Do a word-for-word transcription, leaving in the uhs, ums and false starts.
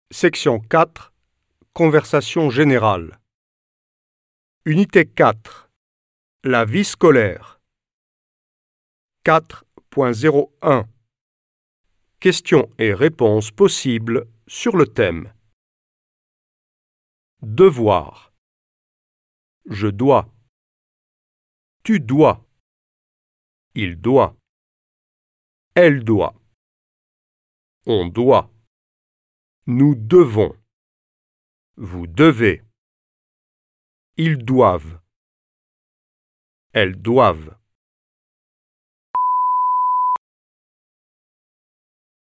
Section quatre. Conversation générale. Unité quatre. La vie scolaire. quatre point zéro un. Questions et réponses possibles sur le thème. Devoir. Je dois. Tu dois. Il doit. Elle doit. On doit. Nous devons. Vous devez. Ils doivent. Elles doivent.